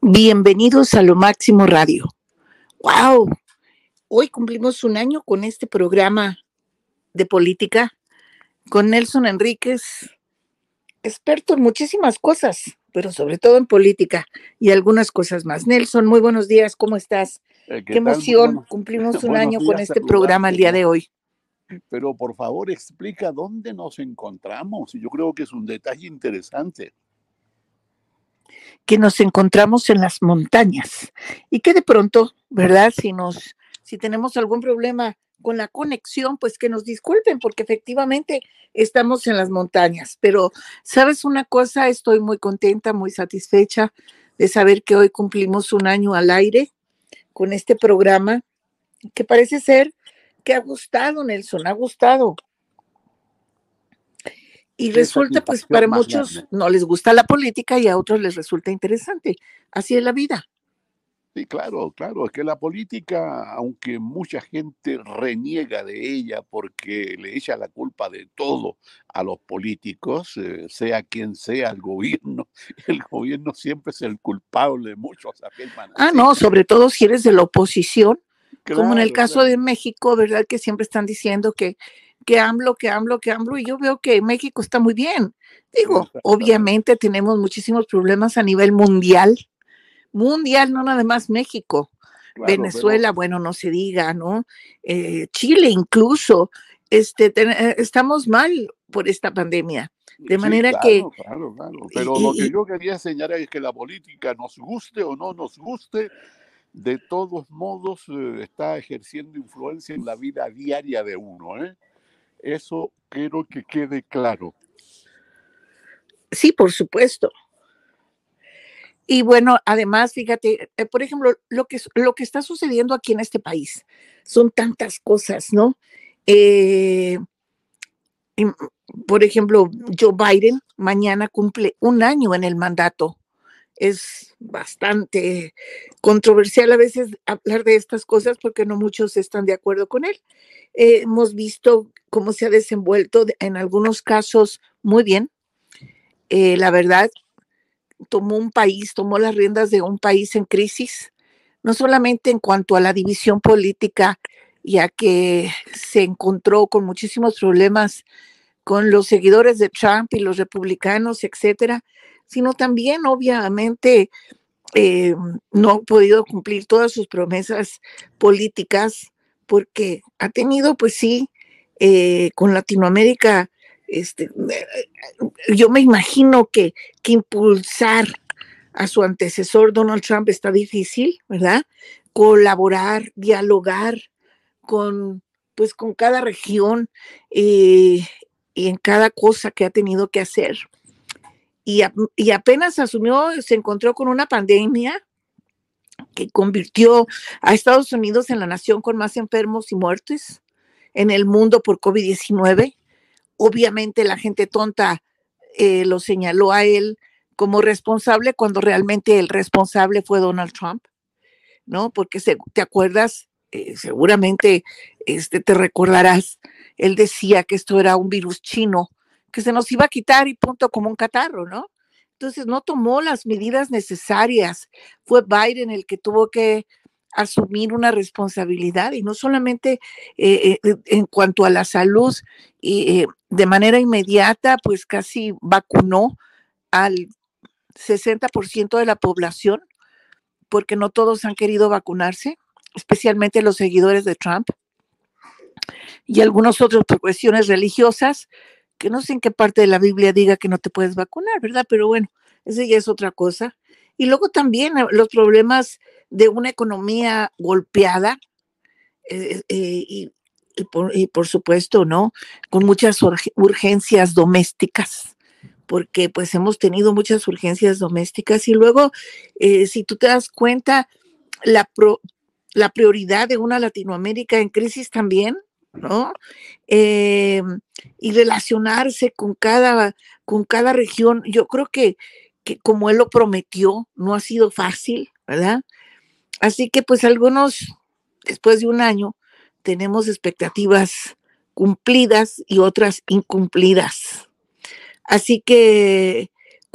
Bienvenidos a Lo Máximo Radio. ¡Wow! Hoy cumplimos un año con este programa de política con Nelson Enríquez, experto en muchísimas cosas, pero sobre todo en política y algunas cosas más. Nelson, muy buenos días, ¿cómo estás? ¿Qué Qué tal? Muy emoción, cumplimos un buenos año con días, este programa el saludarte, día ¿no? de hoy. Pero por favor explica dónde nos encontramos. Yo creo que es un detalle interesante. Que nos encontramos en las montañas y que de pronto, ¿verdad? Si tenemos algún problema con la conexión, pues que nos disculpen porque efectivamente estamos en las montañas. Pero, ¿sabes una cosa? Estoy muy contenta, muy satisfecha de saber que hoy cumplimos un año al aire con este programa que parece ser que ha gustado, Nelson, ha gustado. Y Qué resulta, pues satisfacción para más muchos grande. no les gusta la política y a otros les resulta interesante. Así es la vida. Sí, claro, claro. Es que la política, aunque mucha gente reniega de ella porque le echa la culpa de todo a los políticos, sea quien sea el gobierno, el gobierno siempre es el culpable, muchos afirman Ah, así. no, sobre todo si eres de la oposición, como en el Claro, caso de claro. México, ¿verdad? Que siempre están diciendo que AMLO, y yo veo que México está muy bien. Digo, Exactamente. obviamente tenemos muchísimos problemas a nivel mundial, mundial, no nada más México. Claro, pero Venezuela, bueno, no se diga, ¿no? Chile incluso, estamos mal por esta pandemia. De sí, manera que, claro, claro, claro. y, Pero lo que y, yo quería señalar es que la política, nos guste o no nos guste, de todos modos está ejerciendo influencia en la vida diaria de uno, ¿eh? Eso quiero que quede claro. sí, por supuesto. Y bueno, además, fíjate, por ejemplo, lo que está sucediendo aquí en este país son tantas cosas, ¿no? Eh, y, por ejemplo, Joe Biden mañana cumple un año en el mandato. Es bastante controversial a veces hablar de estas cosas porque no muchos están de acuerdo con él. Hemos visto cómo se ha desenvuelto en algunos casos muy bien. La verdad, tomó las riendas de un país en crisis, no solamente en cuanto a la división política, ya que se encontró con muchísimos problemas con los seguidores de Trump y los republicanos, etcétera, sino también, obviamente, eh, no ha podido cumplir todas sus promesas políticas porque ha tenido, pues sí, con Latinoamérica, yo me imagino que impulsar a su antecesor Donald Trump está difícil, ¿verdad? Colaborar, dialogar con, pues, con cada región y en cada cosa que ha tenido que hacer. Y apenas asumió, se encontró con una pandemia que convirtió a Estados Unidos en la nación con más enfermos y muertes en el mundo por COVID-19. Obviamente la gente tonta lo señaló a él como responsable cuando realmente el responsable fue Donald Trump, ¿no? Porque te acuerdas, seguramente te recordarás, él decía que esto era un virus chino, que se nos iba a quitar y punto como un catarro, ¿no? Entonces no tomó las medidas necesarias. Fue Biden el que tuvo que asumir una responsabilidad y no solamente en cuanto a la salud, de manera inmediata, pues casi vacunó al 60% de la población porque no todos han querido vacunarse, especialmente los seguidores de Trump y algunos otros por cuestiones religiosas, que no sé en qué parte de la Biblia diga que no te puedes vacunar, ¿verdad? Pero bueno, eso ya es otra cosa. Y luego también los problemas de una economía golpeada y por supuesto, ¿no? Con muchas urgencias domésticas, porque pues hemos tenido muchas urgencias domésticas y luego, si tú te das cuenta, la, pro, la prioridad de una Latinoamérica en crisis también, ¿no? Eh, y relacionarse con cada región. Yo creo que como él lo prometió, no ha sido fácil, ¿verdad? Así que pues algunos, después de un año, tenemos expectativas cumplidas y otras incumplidas. Así que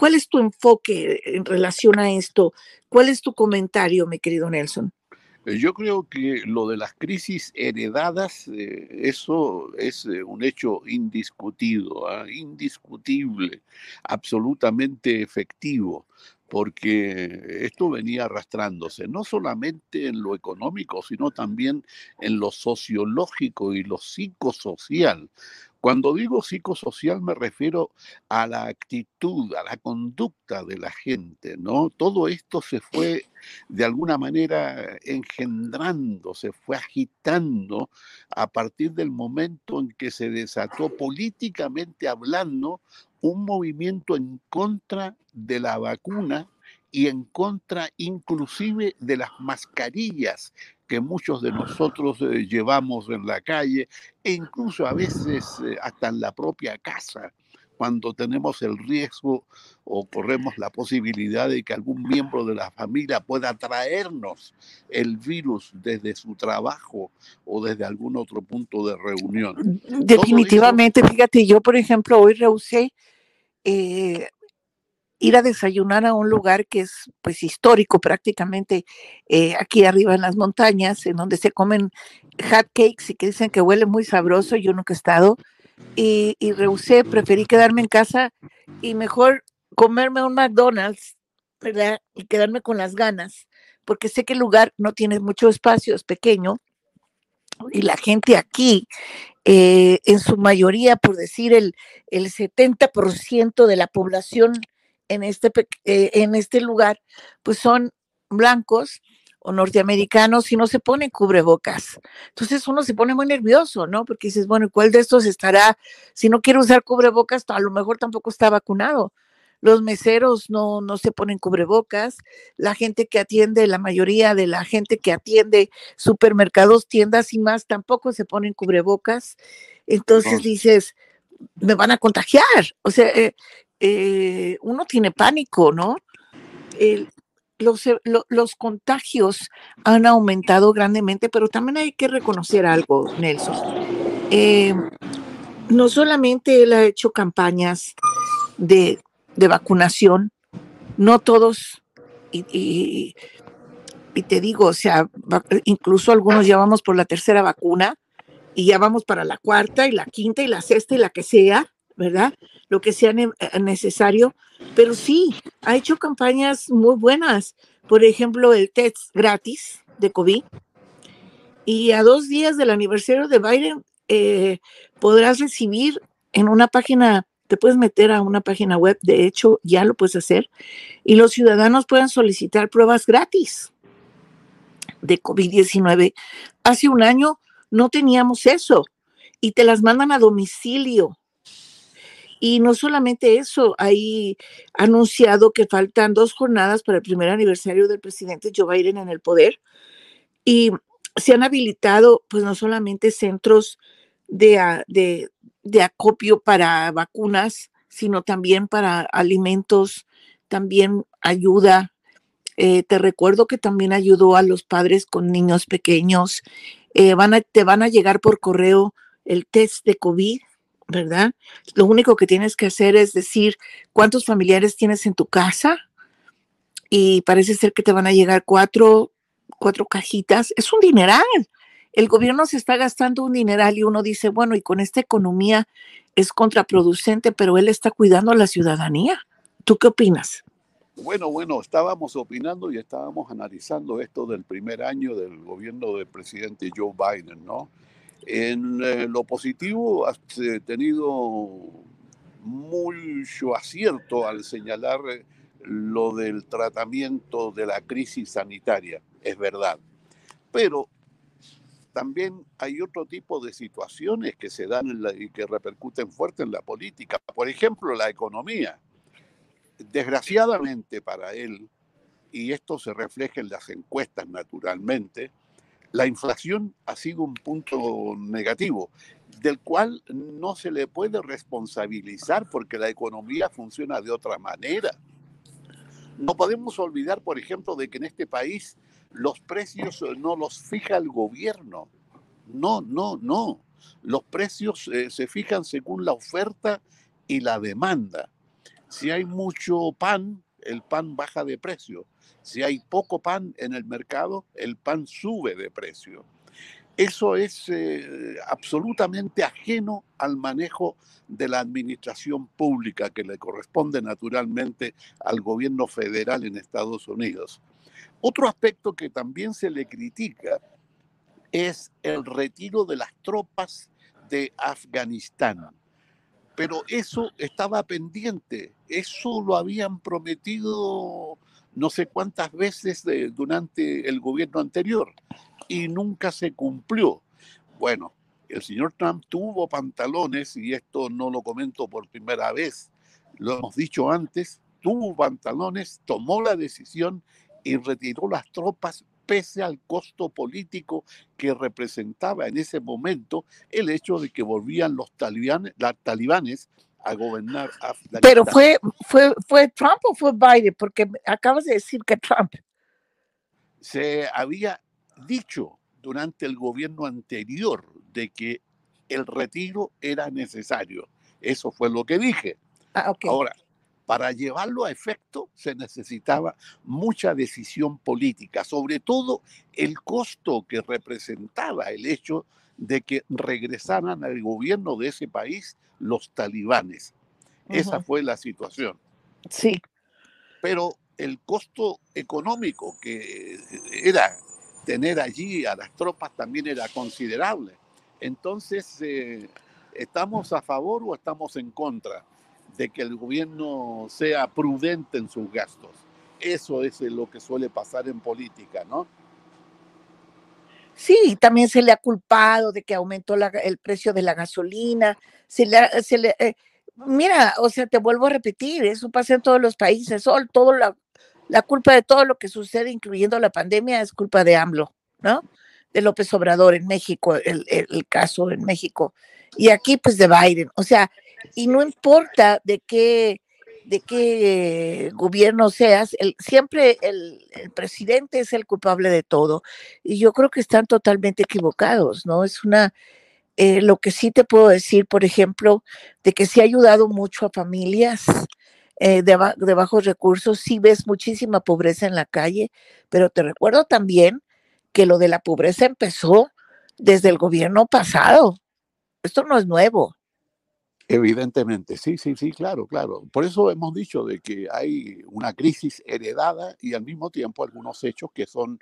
¿Cuál es tu enfoque en relación a esto? ¿Cuál es tu comentario, mi querido Nelson? Yo creo que lo de las crisis heredadas, eso es un hecho indiscutido, indiscutible, absolutamente efectivo, porque esto venía arrastrándose, no solamente en lo económico, sino también en lo sociológico y lo psicosocial. Cuando digo psicosocial me refiero a la actitud, a la conducta de la gente, ¿no? Todo esto se fue de alguna manera engendrando, se fue agitando a partir del momento en que se desató políticamente hablando un movimiento en contra de la vacuna y en contra inclusive de las mascarillas que muchos de nosotros llevamos en la calle e incluso a veces hasta en la propia casa cuando tenemos el riesgo o corremos la posibilidad de que algún miembro de la familia pueda traernos el virus desde su trabajo o desde algún otro punto de reunión. Todo eso, Definitivamente, fíjate, yo por ejemplo hoy rehusé eh, ir a desayunar a un lugar que es pues histórico prácticamente aquí arriba en las montañas, en donde se comen hot cakes y que dicen que huele muy sabroso, yo nunca he estado, y rehusé, preferí quedarme en casa y mejor comerme un McDonald's, ¿verdad? Y quedarme con las ganas, porque sé que el lugar no tiene mucho espacio, es pequeño, y la gente aquí en su mayoría, por decir el 70% de la población en este lugar, pues son blancos o norteamericanos y no se ponen cubrebocas. Entonces uno se pone muy nervioso, ¿no? Porque dices, bueno, ¿cuál de estos estará? Si no quiere usar cubrebocas, a lo mejor tampoco está vacunado. Los meseros no se ponen cubrebocas, la gente que atiende, la mayoría de la gente que atiende supermercados, tiendas y más, tampoco se ponen cubrebocas. Entonces no, dices, me van a contagiar. O sea, uno tiene pánico, ¿no? El, los contagios han aumentado grandemente, pero también hay que reconocer algo, Nelson. Eh, no solamente él ha hecho campañas de, de vacunación, no todos, y, y te digo, o sea, incluso algunos ya vamos por la tercera vacuna y ya vamos para la cuarta y la quinta y la sexta y la que sea, ¿verdad? Lo que sea necesario, pero sí, ha hecho campañas muy buenas. Por ejemplo, el test gratis de COVID y a 2 días del aniversario de Biden podrás recibir en una página, te puedes meter a una página web, de hecho ya lo puedes hacer, y los ciudadanos pueden solicitar pruebas gratis de COVID-19. Hace un año no teníamos eso y te las mandan a domicilio. Y no solamente eso, hay anunciado que faltan 2 jornadas para el primer aniversario del presidente Joe Biden en el poder y se han habilitado pues no solamente centros de acopio para vacunas, sino también para alimentos, también ayuda. Te recuerdo que también ayudó a los padres con niños pequeños. Te van a llegar por correo el test de COVID, ¿verdad? Lo único que tienes que hacer es decir cuántos familiares tienes en tu casa y parece ser que te van a llegar cuatro cajitas. Es un dineral. El gobierno se está gastando un dineral y uno dice, bueno, y con esta economía es contraproducente, pero él está cuidando a la ciudadanía. ¿Tú qué opinas? bueno, estábamos opinando y estábamos analizando esto del primer año del gobierno del presidente Joe Biden, ¿no? En lo positivo, has tenido mucho acierto al señalar lo del tratamiento de la crisis sanitaria, es verdad. Pero también hay otro tipo de situaciones que se dan y que repercuten fuerte en la política. Por ejemplo, la economía. Desgraciadamente para él, y esto se refleja en las encuestas naturalmente, la inflación ha sido un punto negativo, del cual no se le puede responsabilizar porque la economía funciona de otra manera. No podemos olvidar, por ejemplo, de que en este país los precios no los fija el gobierno. No. Los precios se fijan según la oferta y la demanda. Si hay mucho pan, el pan baja de precio. Si hay poco pan en el mercado, el pan sube de precio. Eso es absolutamente ajeno al manejo de la administración pública que le corresponde naturalmente al gobierno federal en Estados Unidos. Otro aspecto que también se le critica es el retiro de las tropas de Afganistán. Pero eso estaba pendiente, eso lo habían prometido no sé cuántas veces durante el gobierno anterior y nunca se cumplió. Bueno, el señor Trump tuvo pantalones, y esto no lo comento por primera vez, lo hemos dicho antes, tuvo pantalones, tomó la decisión y retiró las tropas pese al costo político que representaba en ese momento el hecho de que volvían los talibanes a gobernar Pero Afganistán. fue Trump o fue Biden, porque acabas de decir que Trump. Se había dicho durante el gobierno anterior de que el retiro era necesario. Eso fue lo que dije. Okay. Ahora, para llevarlo a efecto se necesitaba mucha decisión política, sobre todo el costo que representaba el hecho de que regresaran al gobierno de ese país los talibanes. Esa fue la situación. Sí. Pero el costo económico que era tener allí a las tropas también era considerable. Entonces, ¿estamos a favor o estamos en contra de que el gobierno sea prudente en sus gastos? Eso es lo que suele pasar en política, ¿no? Sí, también se le ha culpado de que aumentó el precio de la gasolina. Mira, o sea, te vuelvo a repetir, eso pasa en todos los países. La culpa de todo lo que sucede, incluyendo la pandemia, es culpa de AMLO, ¿no? De López Obrador en México, el caso en México. Y aquí, pues, de Biden. O sea, y no importa de qué gobierno seas, siempre el presidente es el culpable de todo. Y yo creo que están totalmente equivocados, ¿no? Lo que sí te puedo decir, por ejemplo, de que sí ha ayudado mucho a familias de bajos recursos, sí ves muchísima pobreza en la calle, pero te recuerdo también que lo de la pobreza empezó desde el gobierno pasado. Esto no es nuevo. Evidentemente, sí, sí, sí, claro, claro. Por eso hemos dicho de que hay una crisis heredada y al mismo tiempo algunos hechos que son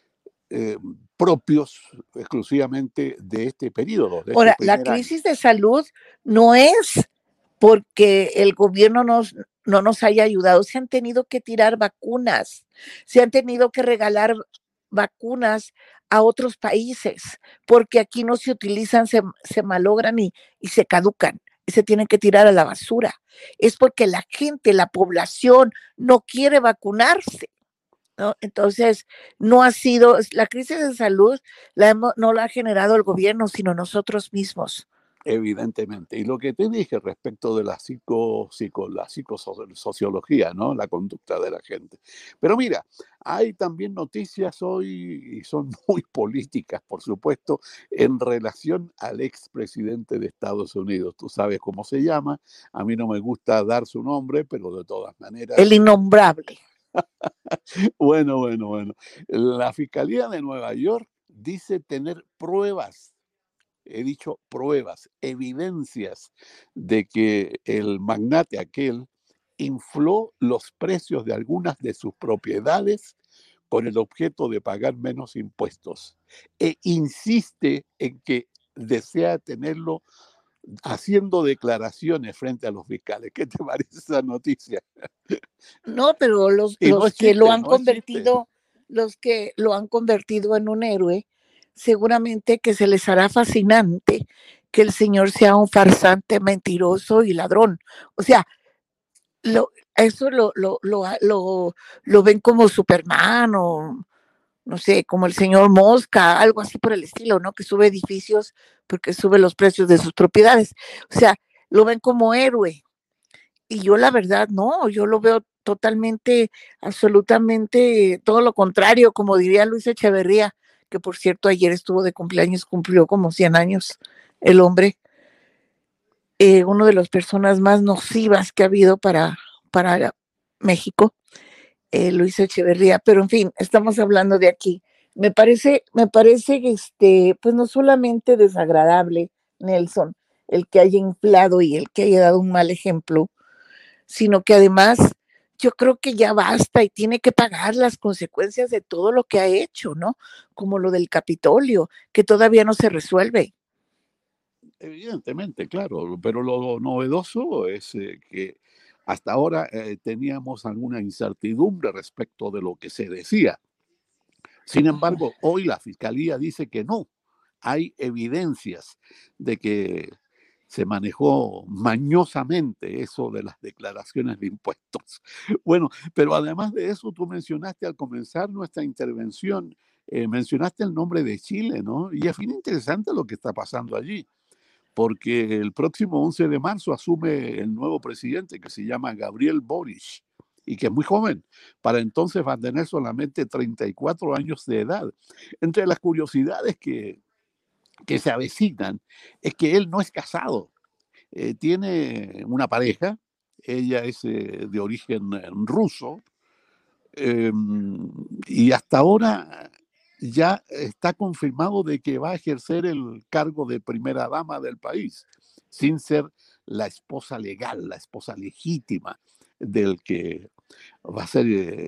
propios exclusivamente de este periodo, de este Ahora, la primer año. crisis de salud no es porque el gobierno no nos haya ayudado, se han tenido que tirar vacunas, se han tenido que regalar vacunas a otros países, porque aquí no se utilizan, se malogran y se caducan y se tienen que tirar a la basura. Es porque la gente, la población no quiere vacunarse, ¿no? Entonces, no ha sido, la crisis de salud no la ha generado el gobierno, sino nosotros mismos. Evidentemente. Y lo que te dije respecto de la psicosociología, ¿no? La conducta de la gente. Pero mira, hay también noticias hoy, y son muy políticas, por supuesto, en relación al expresidente de Estados Unidos. Tú sabes cómo se llama. A mí no me gusta dar su nombre, pero de todas El maneras. innombrable. Bueno, bueno, bueno. La Fiscalía de Nueva York dice tener pruebas, he dicho pruebas, evidencias de que el magnate aquel infló los precios de algunas de sus propiedades con el objeto de pagar menos impuestos. E insiste en que desea tenerlo haciendo declaraciones frente a los fiscales. ¿Qué te parece esa noticia? No, pero Y no es chiste, no es chiste. los que lo han convertido en un héroe, seguramente que se les hará fascinante que el señor sea un farsante, mentiroso y ladrón. O sea, eso lo ven como Superman o no sé, como el señor Mosca, algo así por el estilo, ¿no? Que sube edificios porque sube los precios de sus propiedades. O sea, lo ven como héroe. Y yo la verdad no, yo lo veo totalmente, absolutamente todo lo contrario, como diría Luis Echeverría, que por cierto ayer estuvo de cumpleaños, cumplió como 100 años el hombre, una de las personas más nocivas que ha habido para México, Luis Echeverría, pero en fin, estamos hablando de aquí. Me parece, pues no solamente desagradable, Nelson, el que haya inflado y el que haya dado un mal ejemplo, sino que además yo creo que ya basta y tiene que pagar las consecuencias de todo lo que ha hecho, ¿no? Como lo del Capitolio, que todavía no se resuelve. Evidentemente, claro, pero lo novedoso es que hasta ahora teníamos alguna incertidumbre respecto de lo que se decía. Sin embargo, hoy la Fiscalía dice que no, hay evidencias de que se manejó mañosamente eso de las declaraciones de impuestos. Bueno, pero además de eso, tú mencionaste al comenzar nuestra intervención, mencionaste el nombre de Chile, ¿no? Y es bien interesante lo que está pasando allí, porque el próximo 11 de marzo asume el nuevo presidente que se llama Gabriel Boric y que es muy joven. Para entonces va a tener solamente 34 años de edad. Entre las curiosidades que se avecinan es que él no es casado, tiene una pareja, ella es de origen ruso, eh, y hasta ahora ya está confirmado de que va a ejercer el cargo de primera dama del país, sin ser la esposa legal, la esposa legítima del que va a ser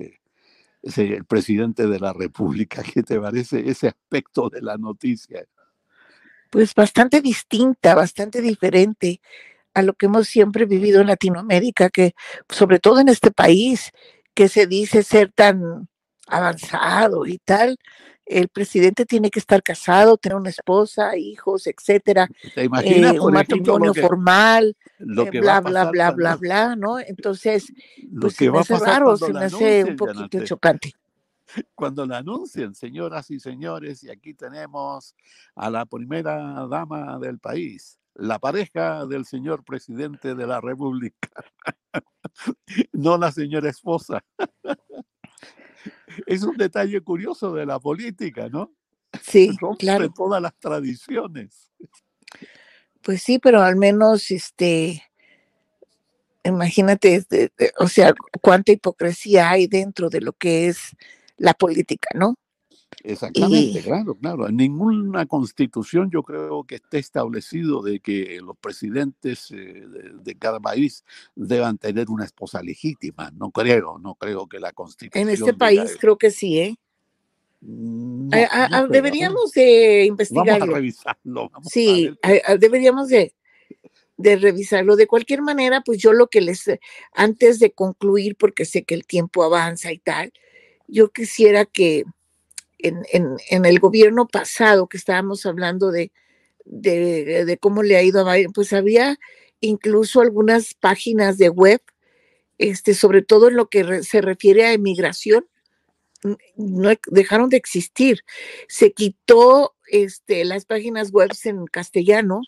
el presidente de la República. ¿Qué te parece ese aspecto de la noticia? Pues bastante distinta, bastante diferente a lo que hemos siempre vivido en Latinoamérica, que sobre todo en este país que se dice ser tan avanzado y tal, el presidente tiene que estar casado, tener una esposa, hijos, etcétera, ¿Te imaginas, un por ejemplo, matrimonio formal, lo que va a bla, bla, pasar bla, bla, bla, ¿no? Entonces, lo pues se que me va a hace pasar raro, cuando se la me hace un anuncien, poquito Janate? chocante. Cuando la anuncien, señoras y señores, y aquí tenemos a la primera dama del país, la pareja del señor presidente de la República, no la señora esposa. Es un detalle curioso de la política, ¿no? Sí, Rompe claro. todas las tradiciones. Pues sí, pero al menos imagínate, o sea, cuánta hipocresía hay dentro de lo que es la política, ¿no? Y Exactamente, claro, claro. En ninguna constitución yo creo que esté establecido de que los presidentes de cada país deban tener una esposa legítima. No creo que la en este constitución diga país eso. creo que sí, ¿eh? No creo. Deberíamos de Vamos a investigarlo. revisarlo, vamos a Sí, ver qué. deberíamos de revisarlo. De cualquier manera, pues yo lo que antes de concluir, porque sé que el tiempo avanza y tal, yo quisiera que en el gobierno pasado que estábamos hablando de cómo le ha ido a Biden, pues había incluso algunas páginas de web, sobre todo en lo que se refiere a emigración, no dejaron de existir. Se quitó las páginas web en castellano,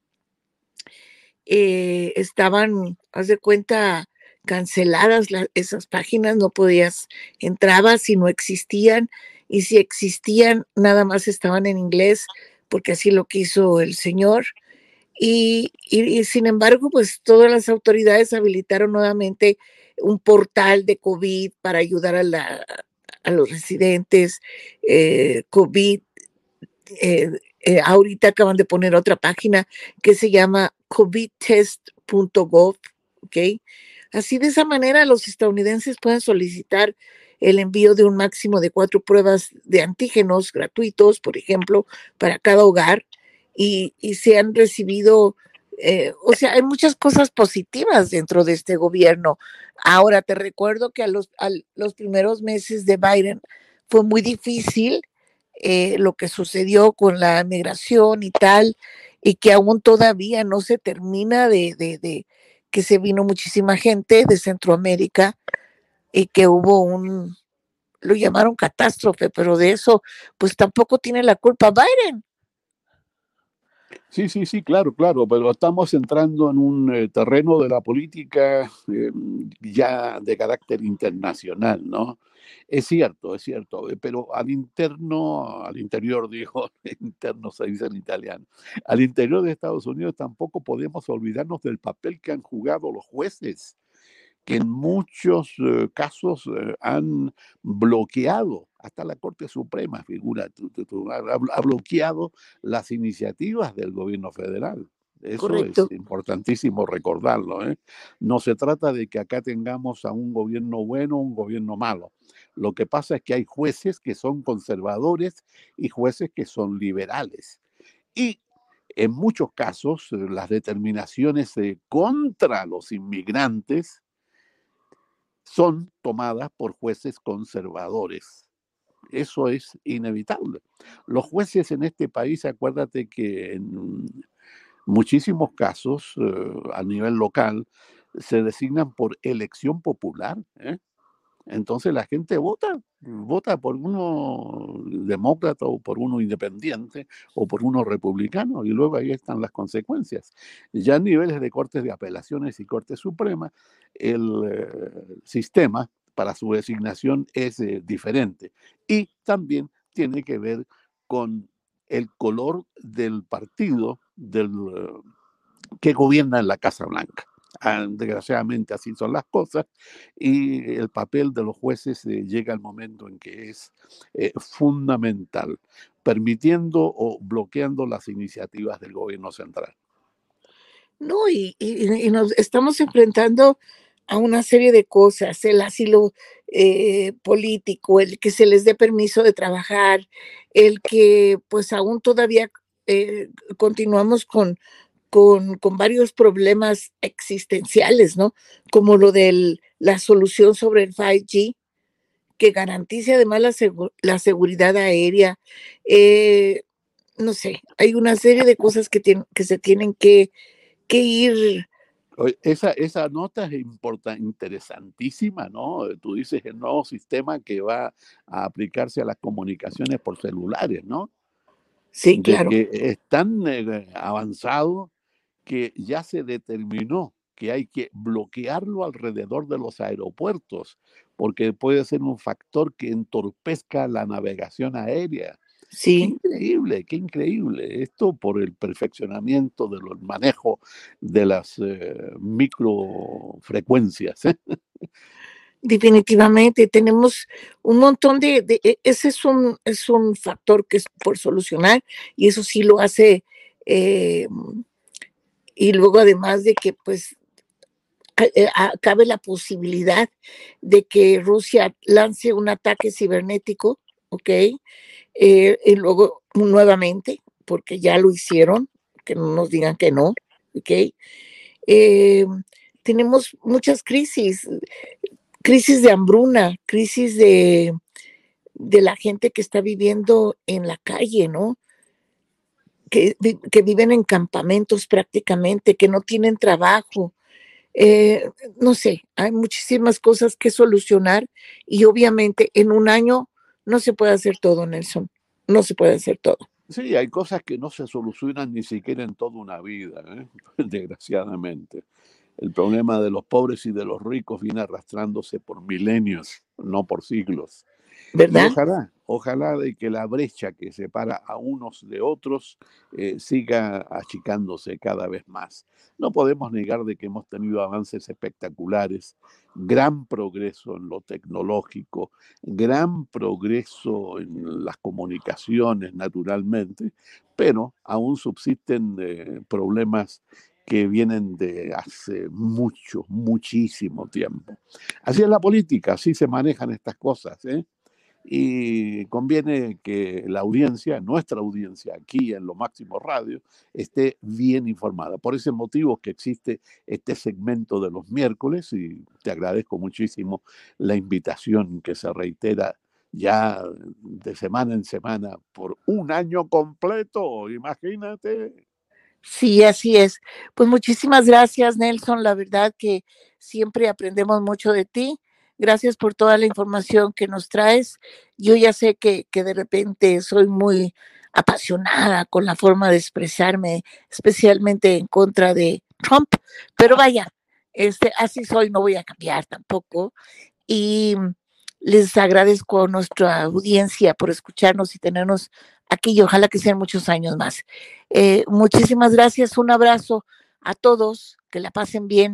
estaban, haz de cuenta, canceladas esas páginas, no podías, entrabas y no existían, y si existían, nada más estaban en inglés, porque así lo quiso el señor. Y sin embargo, pues todas las autoridades habilitaron nuevamente un portal de COVID para ayudar a los residentes. COVID, ahorita acaban de poner otra página que se llama covidtest.gov, ¿ok? Así de esa manera los estadounidenses pueden solicitar el envío de un máximo de 4 pruebas de antígenos gratuitos, por ejemplo, para cada hogar, y se han recibido, o sea, hay muchas cosas positivas dentro de este gobierno. Ahora, te recuerdo que a los primeros meses de Biden fue muy difícil, lo que sucedió con la migración y tal, y que aún todavía no se termina que se vino muchísima gente de Centroamérica y que hubo lo llamaron catástrofe, pero de eso pues tampoco tiene la culpa Biden. Sí, sí, sí, claro, claro, pero estamos entrando en un terreno de la política ya de carácter internacional, ¿no? Es cierto, pero al interior, dijo, interno se dice en italiano, al interior de Estados Unidos tampoco podemos olvidarnos del papel que han jugado los jueces que en muchos casos han bloqueado, hasta la Corte Suprema, figura, ha bloqueado las iniciativas del gobierno federal. Eso es correcto. importantísimo recordarlo, ¿eh? No se trata de que acá tengamos a un gobierno bueno o un gobierno malo. Lo que pasa es que hay jueces que son conservadores y jueces que son liberales. Y en muchos casos, las determinaciones contra los inmigrantes son tomadas por jueces conservadores. Eso es inevitable. Los jueces en este país, acuérdate que en muchísimos casos a nivel local se designan por elección popular, ¿eh? Entonces la gente vota por uno demócrata o por uno independiente o por uno republicano y luego ahí están las consecuencias. Ya a niveles de cortes de apelaciones y Corte Suprema, el sistema para su designación es diferente y también tiene que ver con el color del partido que gobierna en la Casa Blanca. Desgraciadamente así son las cosas y el papel de los jueces llega al momento en que es fundamental, permitiendo o bloqueando las iniciativas del gobierno central. No, y nos estamos enfrentando a una serie de cosas, el asilo político, el que se les dé permiso de trabajar, el que pues aún todavía continuamos con varios problemas existenciales, ¿no? Como lo de la solución sobre el 5G, que garantice además la seguridad aérea. Eh, no sé, hay una serie de cosas que se tienen que ir. Esa nota es interesantísima, ¿no? Tú dices el nuevo sistema que va a aplicarse a las comunicaciones por celulares, ¿no? Sí, De claro. que es tan avanzado que ya se determinó que hay que bloquearlo alrededor de los aeropuertos, porque puede ser un factor que entorpezca la navegación aérea. Sí, Qué increíble. Esto por el perfeccionamiento del manejo de las microfrecuencias. definitivamente tenemos un montón ese es un factor que es por solucionar y eso sí lo hace, eh, y luego además de que pues cabe la posibilidad de que Rusia lance un ataque cibernético, ¿ok? Y luego nuevamente, porque ya lo hicieron, que no nos digan que no, ¿ok? Eh, tenemos muchas crisis de hambruna, crisis de la gente que está viviendo en la calle, ¿no? Que viven en campamentos prácticamente, que no tienen trabajo. No sé, hay muchísimas cosas que solucionar y obviamente en un año no se puede hacer todo, Nelson, no se puede hacer todo. Sí, hay cosas que no se solucionan ni siquiera en toda una vida, ¿eh? Desgraciadamente. El problema de los pobres y de los ricos viene arrastrándose por milenios, no por siglos. Y ¿Verdad? ojalá de que la brecha que separa a unos de otros siga achicándose cada vez más. No podemos negar de que hemos tenido avances espectaculares, gran progreso en lo tecnológico, gran progreso en las comunicaciones, naturalmente, pero aún subsisten problemas que vienen de hace mucho, muchísimo tiempo. Así es la política, así se manejan estas cosas, ¿eh? Y conviene que la audiencia, nuestra audiencia aquí en Lo Máximo Radio, esté bien informada. Por ese motivo que existe este segmento de los miércoles y te agradezco muchísimo la invitación que se reitera ya de semana en semana por un año completo, imagínate. Sí, así es. Pues muchísimas gracias, Nelson. La verdad que siempre aprendemos mucho de ti. Gracias por toda la información que nos traes. Yo ya sé que de repente soy muy apasionada con la forma de expresarme, especialmente en contra de Trump, pero vaya, así soy, no voy a cambiar tampoco. Y les agradezco a nuestra audiencia por escucharnos y tenernos aquí y ojalá que sean muchos años más. Muchísimas gracias, un abrazo a todos, que la pasen bien.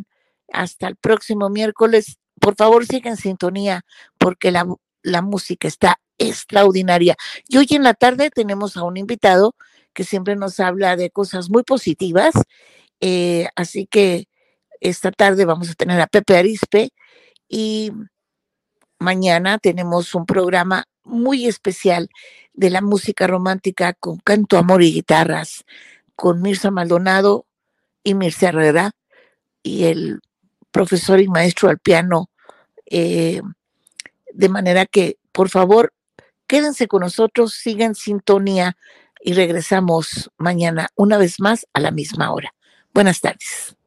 Hasta el próximo miércoles. Por favor, sigan en sintonía porque la música está extraordinaria. Y hoy en la tarde tenemos a un invitado que siempre nos habla de cosas muy positivas. Así que esta tarde vamos a tener a Pepe Arispe y mañana tenemos un programa muy especial de la música romántica con canto, amor y guitarras, con Mirza Maldonado y Mirza Herrera y el profesor y maestro al piano. Eh, de manera que, por favor, quédense con nosotros, sigan sintonía y regresamos mañana una vez más a la misma hora. Buenas tardes.